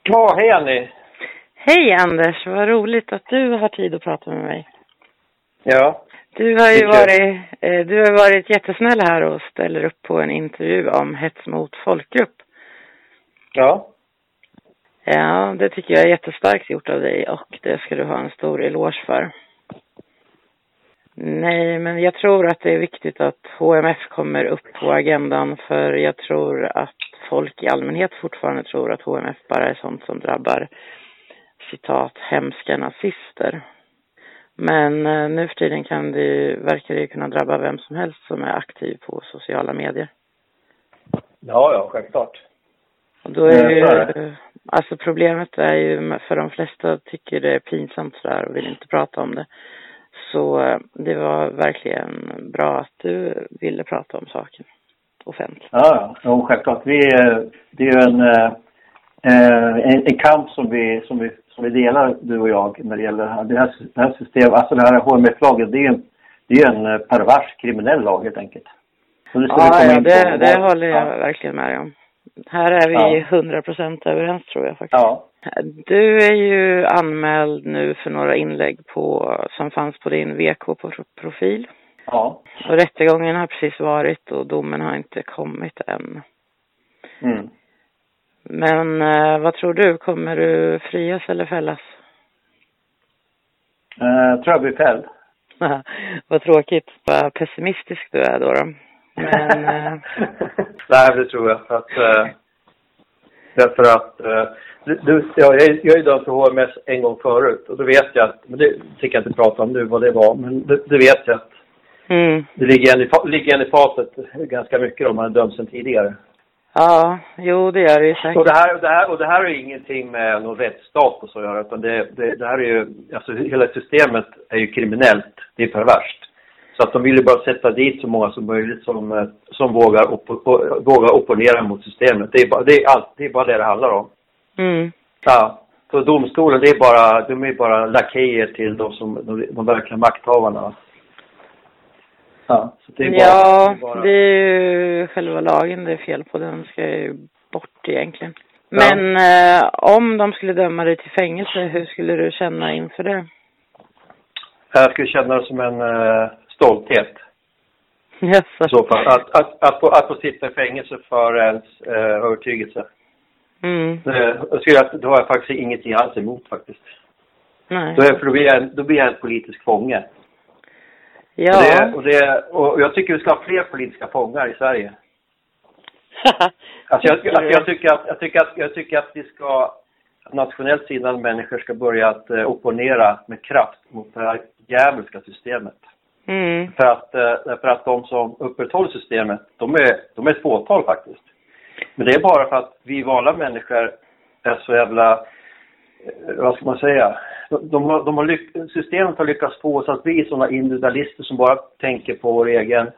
Ja, hej Annie. Hej Anders, vad roligt att du har tid att prata med mig. Ja. Du har varit jättesnäll här och ställer upp på en intervju om hets mot folkgrupp. Ja. Ja, det tycker jag är jättestarkt gjort av dig och det ska du ha en stor eloge för. Nej, men jag tror att det är viktigt att HMF kommer upp på agendan, för jag tror att folk i allmänhet fortfarande tror att HMF bara är sånt som drabbar, citat, hemska nazister. Men nu för tiden verkar det kunna drabba vem som helst som är aktiv på sociala medier. Ja, självklart. Och då är ju, alltså problemet är ju, för de flesta tycker det är pinsamt sådär och vill inte prata om det. Så det var verkligen bra att du ville prata om saken offentligt. Ja, självklart. Det är ju en kamp som vi delar, du och jag, när det gäller det här systemet. Alltså det här HMF-laget, det är en pervers kriminell lag helt enkelt. Det håller jag verkligen med om. Här är vi 100% överens, tror jag faktiskt. Ja. Du är ju anmäld nu för några inlägg som fanns på din VK-profil. Ja. Och rättegången har precis varit och domen har inte kommit än. Mm. Men vad tror du? Kommer du frias eller fällas? Tror jag blir fälld. Vad tråkigt. Vad pessimistisk du är då. Men, nej, det tror jag. Därför att jag är dömd för HMS en gång förut. Och då vet jag att, men det fick jag inte prata om nu vad det var. Men det vet jag att det ligger en i fatet ganska mycket om man är dömd sedan tidigare. Ja, jo det gör det ju säkert. Och det här är ingenting med någon rättsstat och så att göra, utan det här är ju, alltså hela systemet är ju kriminellt, det är perverst. Så att de vill ju bara sätta dit så många som möjligt som vågar opponera mot systemet. Det är bara det handlar om. Mm. Ja, så domstolen, de är bara lakejer till de verkliga makthavarna. Ja, så det är det är ju själva lagen det är fel på. Den ska ju bort egentligen. Men om de skulle döma dig till fängelse, hur skulle du känna inför det? Jag skulle känna det som en stolthet. Yes. Så för att få sitta i fängelse för ens övertygelse. Mm. Då har jag faktiskt ingenting alls emot faktiskt. Nej. Då blir jag en politisk fånge. Ja. Och jag tycker vi ska ha fler politiska fångar i Sverige. Alltså jag tycker att vi ska nationellt sida människor ska börja att opponera med kraft mot det här djävulska systemet. Mm. För att de som upprätthåller systemet, de är ett fåtal faktiskt. Men det är bara för att vi vanliga människor är så jävla, vad ska man säga, systemet har lyckats få oss att bli sådana individualister som bara tänker på vår egen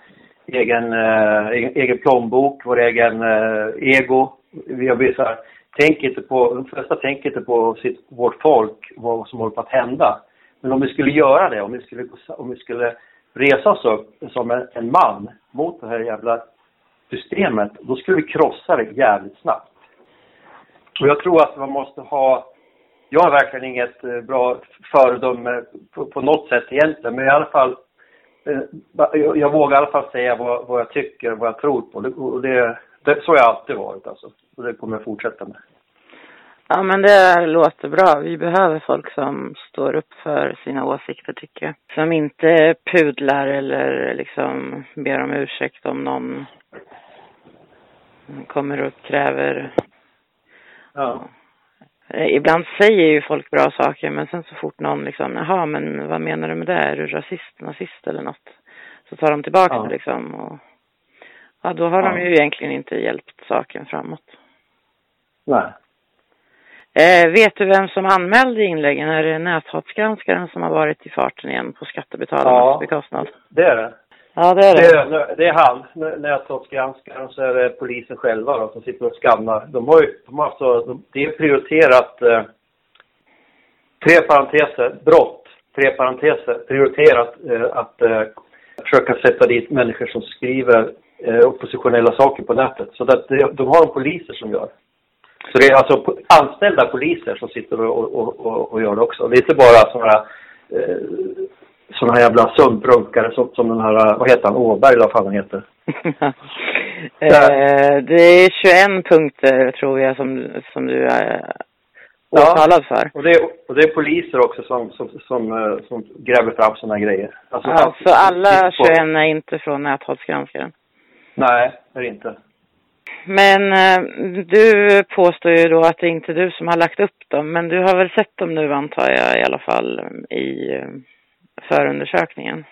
plånbok, vår egen ego. Vi har blivit så här, de flesta tänker inte på vårt folk, vad som håller på att hända. Men om vi skulle göra det, om vi skulle resa oss upp som en man mot det här jävla systemet, då skulle vi krossa det jävligt snabbt. Och jag tror att man måste ha, jag har verkligen inget bra föredöme på något sätt egentligen, men i alla fall jag vågar i alla fall säga vad jag tycker, vad jag tror på. Och det så har jag alltid varit alltså. Och det kommer jag fortsätta med. Ja, men det låter bra. Vi behöver folk som står upp för sina åsikter, tycker jag. Som inte pudlar eller liksom ber om ursäkt om någon kommer och kräver. Ja. Ibland säger ju folk bra saker, men sen så fort någon liksom, jaha, men vad menar du med det? Är du rasist, nazist eller något? Så tar de tillbaka det liksom. Och ja, då har de ju egentligen inte hjälpt saken framåt. Nej. Vet du vem som anmälde inläggen? Är det näthatsgranskaren som har varit i farten igen på skattebetalarnas bekostnad? Det är det. Ja, det är det. Det är han, näthatsgranskaren, så är det polisen själva då, som sitter och skannar. Det är prioriterat, prioriterat att försöka sätta dit människor som skriver oppositionella saker på nätet. Så att de har de poliser som gör. Så det är alltså anställda poliser som sitter och gör det också. Det är inte bara såna här jävla sumprunkare som den här, vad heter han, Åberg eller vad fan han heter. Det är 21 punkter tror jag som du är åtalad för. Och det är poliser också som gräver fram såna grejer. Alltså alla 21 är inte från näthatsgranskaren? Nej, det är inte. Men du påstår ju då att det inte är du som har lagt upp dem. Men du har väl sett dem nu, antar jag, i alla fall i förundersökningen.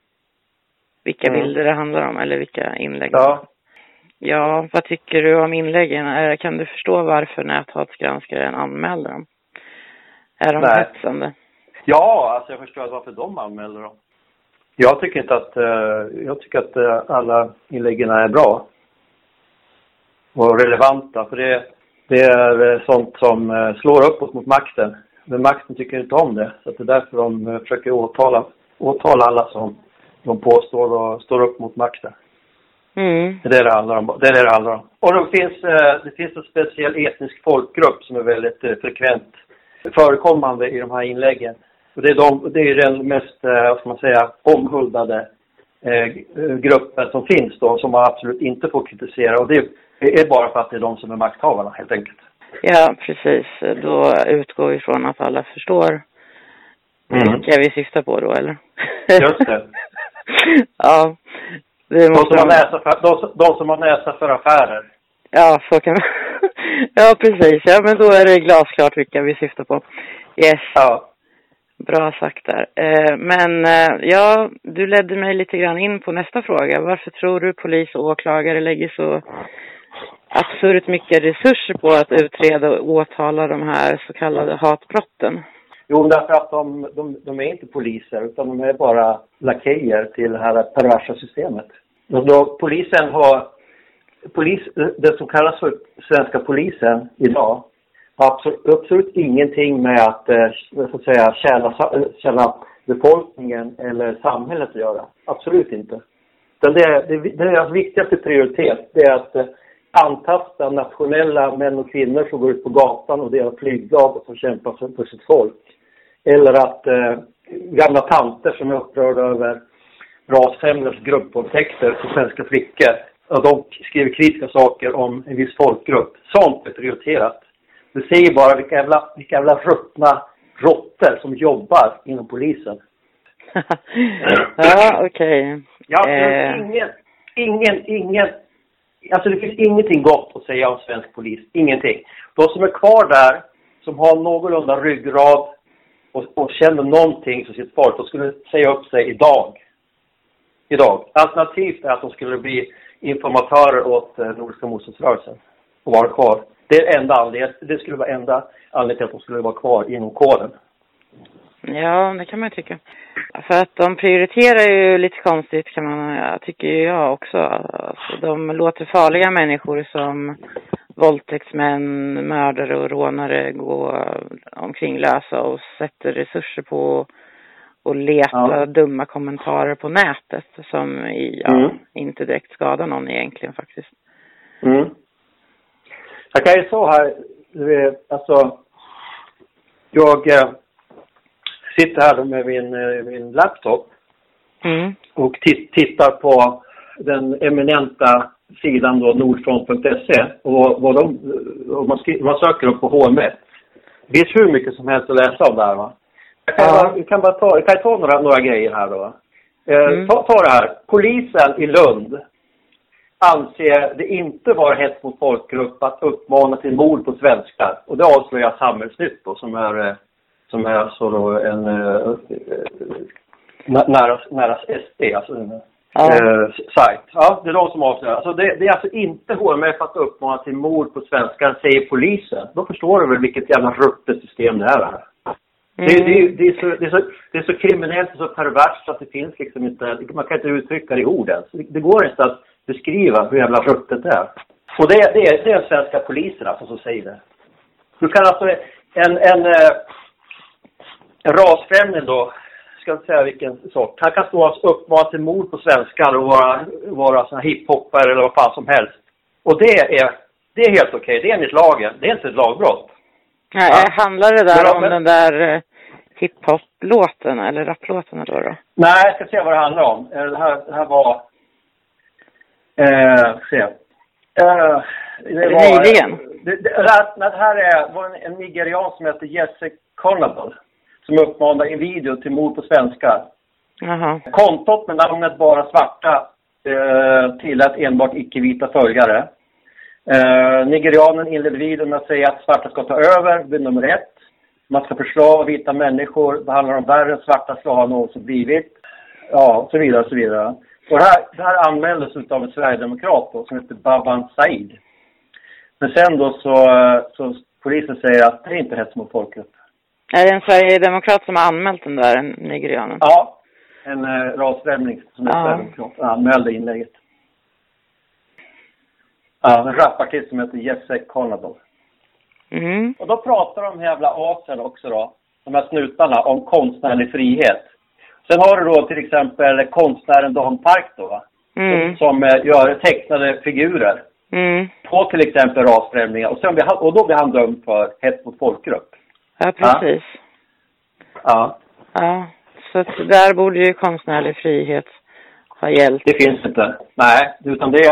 Vilka bilder det handlar om eller vilka inlägg. Ja, vad tycker du om inläggen? Kan du förstå varför näthatsgranskaren anmäler dem? Är de hetsande? Ja, alltså jag förstår varför de anmäler dem. Jag tycker att alla inläggen är bra och relevanta, för det är sånt som slår uppåt mot makten. Men makten tycker inte om det, så det är därför de försöker åtala alla som de påstår och står upp mot makten. Det är det handlar om. Och det finns en speciell etnisk folkgrupp som är väldigt frekvent förekommande i de här inläggen. Och det är den mest, vad ska man säga, omhuldade gruppen som finns då, som man absolut inte får kritisera. Och det är bara för att det är de som är makthavarna, helt enkelt. Ja, precis. Då utgår vi från att alla förstår vilka vi syftar på då, eller? Just det. Ja. De som har näsa för affärer. Ja, så kan man. Ja, precis. Ja, men då är det glasklart vilka vi syftar på. Yes. Ja. Bra sagt där. Men ja, du ledde mig lite grann in på nästa fråga. Varför tror du polis och åklagare lägger så absurt mycket resurser på att utreda och åtala de här så kallade hatbrotten? Jo, därför att de är inte poliser, utan de är bara lakejer till det här perversa systemet. Polisen har det som kallas för svenska polisen idag har absolut ingenting med att så att säga tjäna befolkningen eller samhället att göra. Absolut inte. Det är deras viktigaste prioritet. Det är att antasta nationella män och kvinnor som går ut på gatan och deras flygblad och som kämpar för sitt folk. Eller att gamla tanter som är upprörda över rasfrämjandets gruppvåldtäkter på svenska flickor. Och de skriver kritiska saker om en viss folkgrupp. Sånt är prioriterat. Du ser bara vilka jävla ruttna råttor som jobbar inom polisen. Ja, okej. Ja, ingen. Alltså det finns ingenting gott att säga om svensk polis. Ingenting. De som är kvar där, som har någorlunda ryggrad och känner någonting för sitt folk, de skulle säga upp sig idag. Alternativt är att de skulle bli informatörer åt Nordiska motståndsrörelsen och vara kvar. Det skulle vara enda anledningen till att de skulle vara kvar inom kåren. Ja, det kan man tycka. För att de prioriterar ju lite konstigt, tycker jag också. Alltså, de låter farliga människor som våldtäktsmän, mördare och rånare gå omkring lösa och sätter resurser på och leta dumma kommentarer på nätet som inte direkt skadar någon egentligen faktiskt. Jag kan ju så här, alltså jag sitter här med min laptop och tittar på den eminenta sidan då nordfront.se och man söker upp på HM1. Det finns hur mycket som helst att läsa om där, va? Jag kan ta några grejer här då. Ta det här. Polisen i Lund anser det inte vara hets mot folkgrupp att uppmana till mord på svenskar. Och det avslöjar Samhällsnytt då, som är så då en nära SD, alltså en sajt. Ja, det är de som avslöjar. Alltså det är alltså inte HMF att uppmana till mord på svenskar, säger polisen. Då förstår du väl vilket jävla ruttet system det är här. Det är så kriminellt och så perverst att det finns liksom inte, man kan inte uttrycka det i orden. Det går inte att beskriva hur jävla ruttet det är. Och det är svenska poliserna som säger det. Du kan alltså en rasfrämling då, ska inte säga vilken sak. Han kan stå och uppmana till mord på svenskar och vara såna hiphoppare eller vad fan som helst. Och det Det är helt okej. Det är enligt lagen. Det är inte ett lagbrott. Nej, handlar det där om den där hiphop-låten eller rapplåten då? Nej, jag ska se vad det handlar om. Det här var... Nyligen? Det här var en nigerian som heter Jesse Conable som uppmanade en video till mord på svenskar. Aha. Kontot med namnet Bara Svarta tillät enbart icke-vita följare. Nigerianen inledde videon med att säga att svarta ska ta över vid nummer 1. Man ska förslava vita människor, behandla dem värre än svarta ska ha någonsin blivit. Ja, så vidare, så vidare. Och det här anmäldes av en Sverigedemokrat då, som heter Baban Said. Men sen då så polisen säger att det är inte hets mot folkgrupp. Är det en Sverigedemokrat som har anmält den där nigerianen? Ja, en rasfrämling som är Sverigedemokrat anmälde inlägget. Ja, en rapartist som heter Jesse Conable. Mm. Och då pratar de jävla asen också då, de här snutarna, om konstnärlig frihet. Sen har du då till exempel konstnären Dan Park då, va? Som gör tecknade figurer på till exempel rasfrämlingar. Och då blir han dömd för hets mot folkgrupp. Ja, precis. Ja. Ja, så där borde ju konstnärlig frihet ha hjälpt. Det finns inte. Nej, utan det är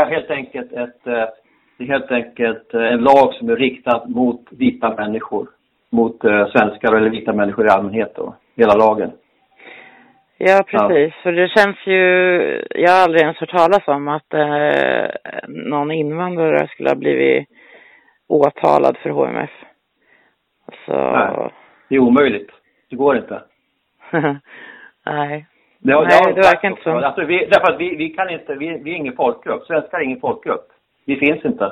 helt enkelt en lag som är riktad mot vita människor. Mot svenskar eller vita människor i allmänhet då. Hela lagen. Ja, precis. För det känns ju... Jag har aldrig ens hört talas om att någon invandrare skulle ha blivit åtalad för HMF. Så... Nej, det är omöjligt. Det går inte. Nej. Det verkar inte så. Alltså, därför att vi kan inte... Vi är ingen folkgrupp. Svenskar är ingen folkgrupp. Vi finns inte.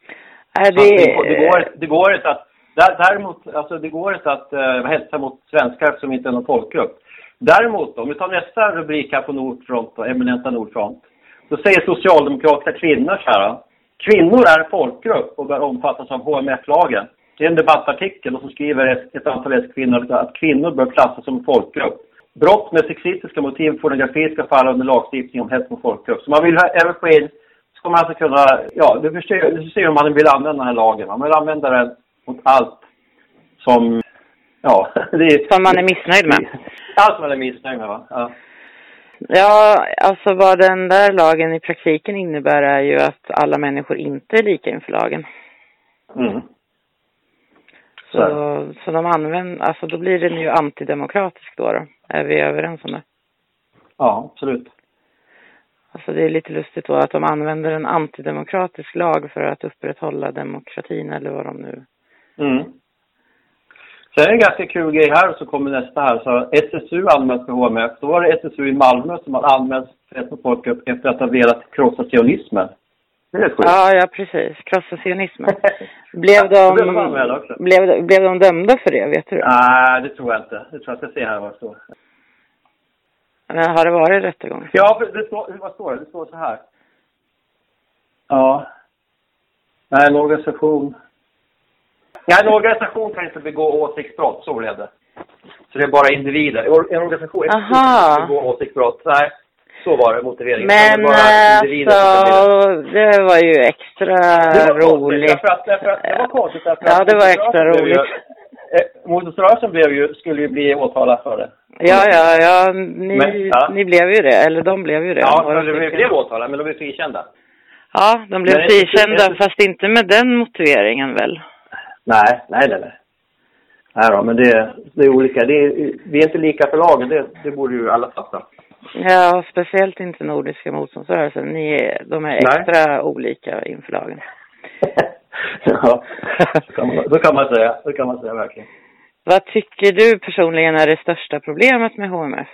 Det går inte att... Däremot, alltså det går inte att hälsa mot svenskar som inte är någon folkgrupp. Däremot om vi tar nästa rubrik här på Nordfront och eminenta Nordfront. Så säger socialdemokratiska kvinnor så här. Kvinnor är folkgrupp och bör omfattas av HMF-lagen. Det är en debattartikel och så skriver ett antal S-kvinnor att kvinnor bör klassas som folkgrupp. Brott med sexistiska motiv, pornografi ska falla under lagstiftning om hets mot folkgrupp. Så man vill även få in, ska man alltså kunna, ja, du ser om man vill använda den här lagen. Man vill använda den mot allt som, ja, det är, som man är missnöjd med. Allt man är missnöjd med, va? Ja. Ja, alltså vad den där lagen i praktiken innebär är ju att alla människor inte är lika inför lagen. Mm. Så de använder, alltså då blir den ju antidemokratisk då. Är vi överens om det? Ja, absolut. Alltså det är lite lustigt då att de använder en antidemokratisk lag för att upprätthålla demokratin eller vad de nu... Mm. Sen är det en ganska kul grej här och så kommer nästa här. Så SSU anmäls för HMF. Då var det SSU i Malmö som hade anmälts för ett folkgrupp efter att ha velat krossa sionismen. Det är rätt sjukt. Ja, precis. Krossa sionismen. Blev de dömda för det, vet du? Nej, det tror jag inte. Jag tror jag ska se här vad det står. Men har det varit rättegång? Ja, vad står det? Det står så här. Ja. Nej, en organisation... Nej, en organisation kan inte begå åsiktsbrott, så blev det. Så det är bara individer. En organisation kan inte begå åsiktsbrott. Nej, så var det motiveringen. Men det var ju extra roligt. Det var konstigt. Ja, det var extra roligt. Motståndsrörelsen skulle ju bli åtalad för det. Ja, ni blev ju det, eller de blev ju det. Ja, de blev åtalade, men de blev frikända. Ja, de blev frikända, fast inte med den motiveringen väl? Nej. Nej då, men det är olika. Vi är inte lika för lagen, det borde ju alla fatta. Ja, speciellt inte Nordiska motståndsrörelsen. De är extra olika inför lagen. Ja, då kan man säga verkligen. Vad tycker du personligen är det största problemet med HMF?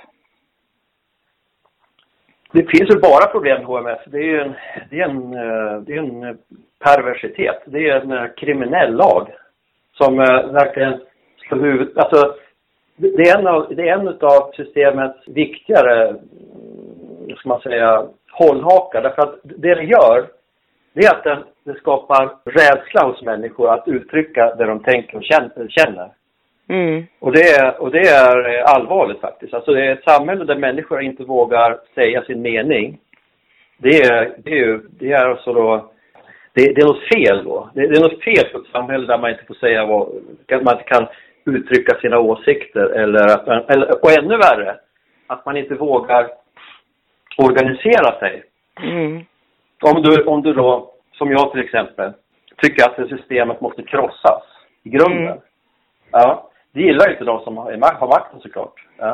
Det finns ju bara problem med HMF. Det är en perversitet. Det är en kriminell lag som verkligen ska alltså det är en av systemets viktigare, ska man säga, hållhakar. Därför att det gör, det är att det skapar rädsla hos människor att uttrycka det de tänker och känner. Mm. Och det är allvarligt faktiskt. Alltså det är ett samhälle där människor inte vågar säga sin mening. Det är alltså då, det är något fel då. Det är något fel på ett samhälle där man inte får säga man inte kan uttrycka sina åsikter och ännu värre, att man inte vågar organisera sig. Mm. Om du då, som jag till exempel, tycker att systemet måste krossas i grunden. Mm. Ja, det gillar ju inte de som har makten såklart. Ja.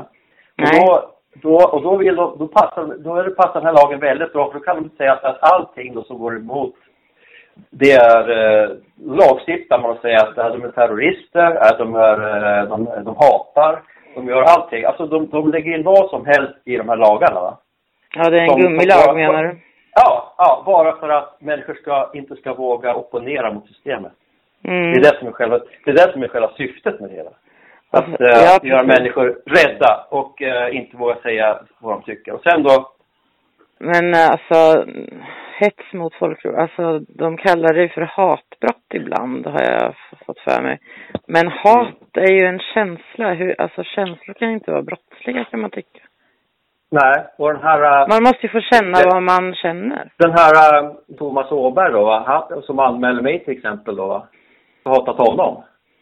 Och då passar den här lagen väldigt bra, för då kan man säga att allting då som går emot det är lagstiftar man och säger att de är terrorister, att de hatar, de gör allting. Alltså de lägger in vad som helst i de här lagarna, va? Ja, det är en gummilag menar du? Ja, bara för att människor inte ska våga opponera mot systemet. Mm. Det är det som är själva syftet med det hela. Att göra människor rädda och inte våga säga vad de tycker. Och sen då... Men alltså, hets mot folkgrupp, alltså de kallar det för hatbrott ibland, har jag fått för mig. Men hat är ju en känsla. Alltså känslor kan inte vara brottsliga, kan man tycka. Nej, och den här... Man måste ju få känna vad man känner. Den här Thomas Åberg då, som anmäler mig till exempel då, hatat honom.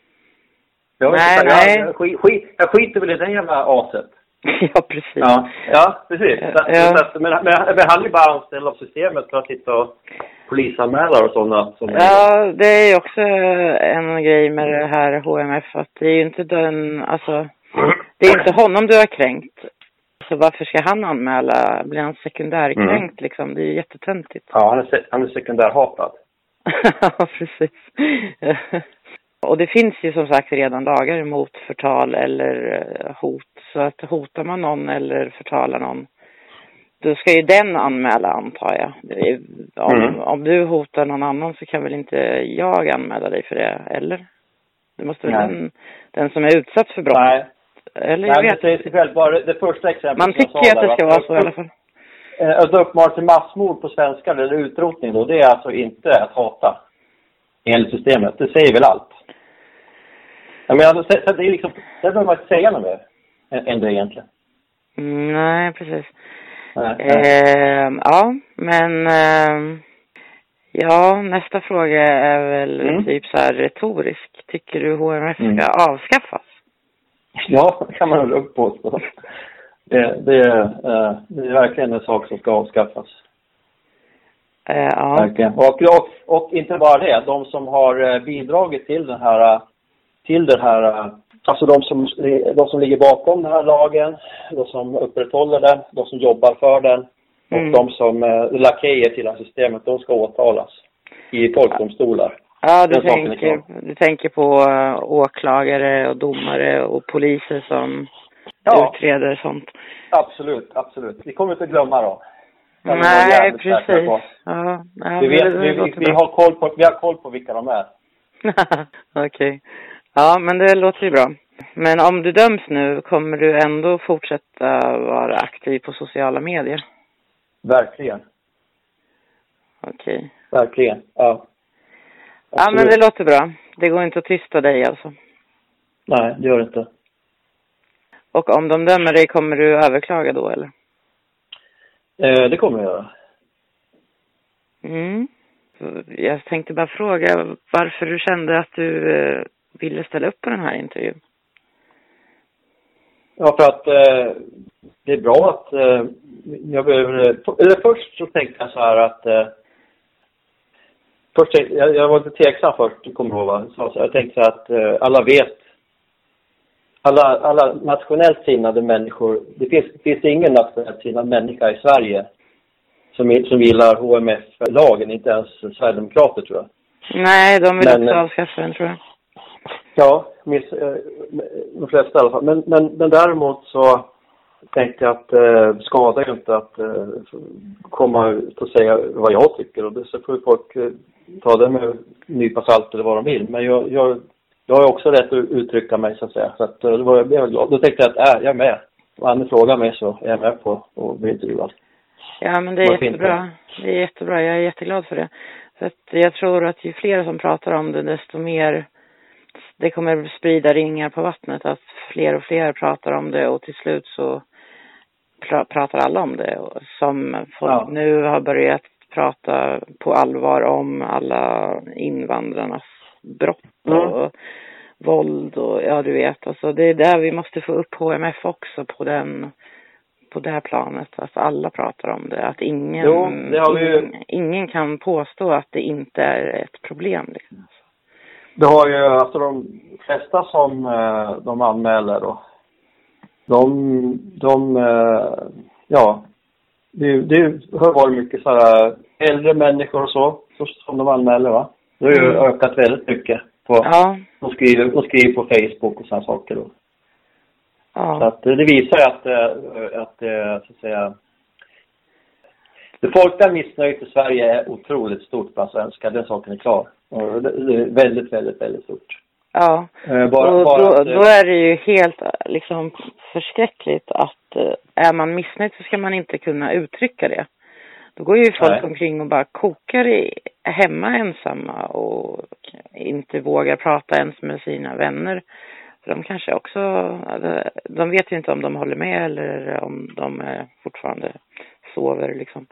Jag skiter väl i den jävla aset. Ja, precis. Ja, precis. Men han är bara anställd av systemet för att sitta och polisanmäla och sådana. Ja, det är ju också en grej med det här HMF, att det är ju inte det är inte honom du har kränkt. Så varför ska han anmäla? Blir han sekundärkränkt liksom? Det är ju jättetöntigt. Ja, han är sekundärhatad. Ja, precis. Och det finns ju som sagt redan lagar emot förtal eller hot. Så att hotar man någon eller förtalar någon, då ska ju den anmäla, antar jag. Om du hotar någon annan så kan väl inte jag anmäla dig för det, eller? Det måste väl den som är utsatt för brott. Nej. Eller jag vet. Det säger bara det första exemplet. Man tycker ju att det ska vara så i alla fall. Att uppmana till massmord på svenskar eller utrotning då, det är alltså inte att hata enligt systemet. Det säger väl allt. Ja, men alltså, det är liksom, det behöver man inte säga något mer än det egentligen. Nej, precis. Nej. Ja, men nästa fråga är väl typ så här retorisk. Tycker du HMF ska avskaffas? Ja, det kan man väl påstå. Det är verkligen en sak som ska avskaffas. Ja. Verkligen. Och inte bara det, de som har bidragit till den här, alltså de som ligger bakom den här lagen, de som upprätthåller den, de som jobbar för den och de som lakejer till det här systemet, de ska åtalas i folkdomstolar. Ja, du tänker på åklagare och domare och poliser som utreder sånt. Absolut. Vi kommer inte glömma dem. Nej, precis. Ja, vi har koll på vilka de är. Okej. Ja, men det låter ju bra. Men om du döms nu, kommer du ändå fortsätta vara aktiv på sociala medier? Verkligen. Okej. Verkligen, ja. Ja, men det låter bra. Det går inte att tysta dig alltså. Nej, det gör det inte. Och om de dömer dig, kommer du överklaga då, eller? Det kommer jag göra. Jag tänkte bara fråga varför du kände att du ville ställa upp på den här intervjun. Ja, för att det är bra att jag behöver... Eller först så tänkte jag så här att... jag var lite tveksam först, kommer jag ihåg. Så jag tänkte så att alla vet... Alla nationellt sinnade människor... Det finns ingen nationellt sinnad människa i Sverige som gillar HMF-lagen, inte ens Sverigedemokrater, tror jag. Nej, de vill också avskaffa den, tror jag. Ja, de flesta i alla fall. Men däremot så tänkte jag att skadar ju inte att komma ut och säga vad jag tycker. Och det så får folk ta det med nypa salt eller vad de vill. Men jag har också rätt att uttrycka mig, så att säga. Så att, då var jag glad. Då tänkte jag att jag är med. Och Anne frågar mig så är jag med på och bli intervjuad. Ja, men det är jättebra. Det är jättebra. Jag är jätteglad för det. För att jag tror att ju fler som pratar om det, desto mer det kommer sprida ringar på vattnet. Att fler och fler pratar om det och till slut så pratar alla om det. Som folk nu har börjat prata på allvar om alla invandrarnas brott och våld och ja, du vet. Alltså, det är där vi måste få upp HMF också på det här planet. Att alla pratar om det. Att ingen kan påstå att det inte är ett problem. Liksom. Det har ju alltså de flesta som de anmäler då. Det har varit mycket så här äldre människor och så som de anmäler, va? Det har ju ökat väldigt mycket på de skriver på Facebook och sådana saker då. Ja. Så att det visar att så att säga det folkliga missnöjet i Sverige är otroligt stort bland svenskar. Den saken är klar. Och det är väldigt, väldigt, väldigt stort. Ja, då är det ju helt liksom förskräckligt att är man missnöjd så ska man inte kunna uttrycka det. Då går ju folk omkring och bara kokar hemma ensamma och inte vågar prata ens med sina vänner. För de kanske också, de vet ju inte om de håller med eller om de fortfarande sover liksom.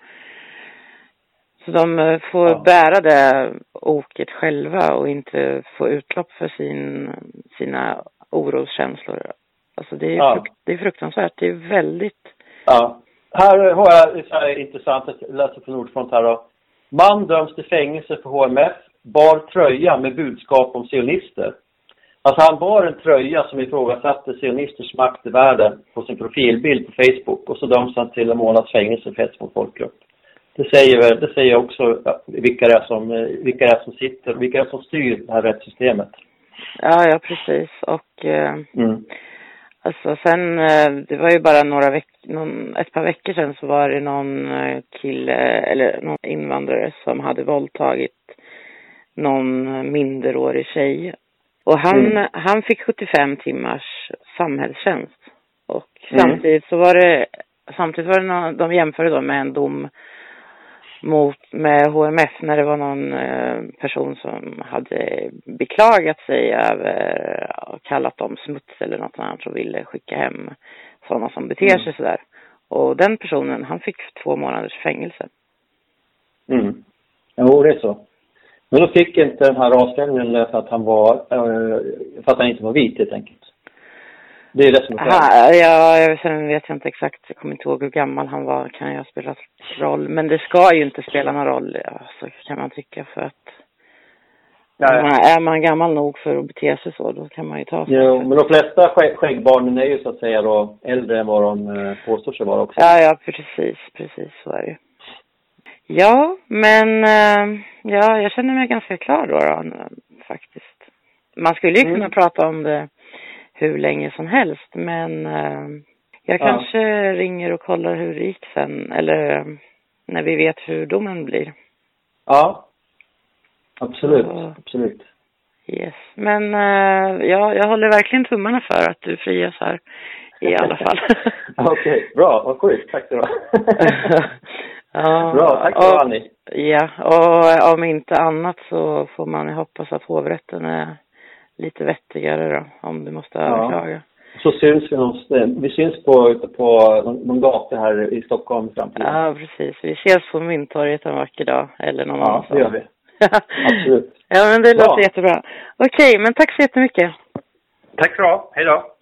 Så de får bära det oket själva och inte få utlopp för sina oroskänslor. Alltså det är fruktansvärt. Det är väldigt... Ja. Här har jag så här intressant att läsa från Nordfront här då. Man döms till fängelse för HMF, bar tröja med budskap om sionister. Alltså han bar en tröja som ifrågasatte sionisters makt i världen på sin profilbild på Facebook. Och så döms han till en månads fängelse för hets mot folkgrupp. Det säger också vilka det är som sitter, vilka det är som styr det här rättssystemet. Ja, precis. Och alltså sen, det var ju bara ett par veckor sedan så var det någon kille eller någon invandrare som hade våldtagit någon minderårig tjej. Och han fick 75 timmars samhällstjänst. Och samtidigt var det de jämförde då med en dom med HMF när det var någon person som hade beklagat sig över och kallat dem smuts eller något annat och ville skicka hem sådana som beter sig sådär. Och den personen, han fick 2 månaders fängelse. Jo, det är så. Men då fick inte den här avstängningen för att han inte var vit helt enkelt. Det är det som är sen vet jag inte exakt. Jag kommer inte ihåg hur gammal han var. Kan jag spela roll? Men det ska ju inte spela någon roll. Så kan man tycka för att är man gammal nog för att bete sig så, då kan man ju ta sig. Jo, men de flesta skäggbarnen är ju så att säga då äldre än vad de påstår sig vara också. Ja, precis så är det. Ja, men jag känner mig ganska klar då faktiskt. Man skulle ju kunna prata om det hur länge som helst, men jag kanske ringer och kollar hur det gick sen, eller när vi vet hur domen blir. Ja, absolut. Yes, men jag håller verkligen tummarna för att du frias här i alla fall. Okej, bra, vad schysst, tack då. Ja, bra, tack för Annie. Ja, och om inte annat så får man hoppas att hovrätten är lite vettigare då, om du måste överklaga. Så syns vi syns på de gator här i Stockholm i framtiden. Ja, precis. Vi ses på Mynttorget en vacker dag eller någon annan. Ja, det gör vi. Absolut. Ja, men det låter jättebra. Okej, men tack så jättemycket. Tack så bra. Hej då.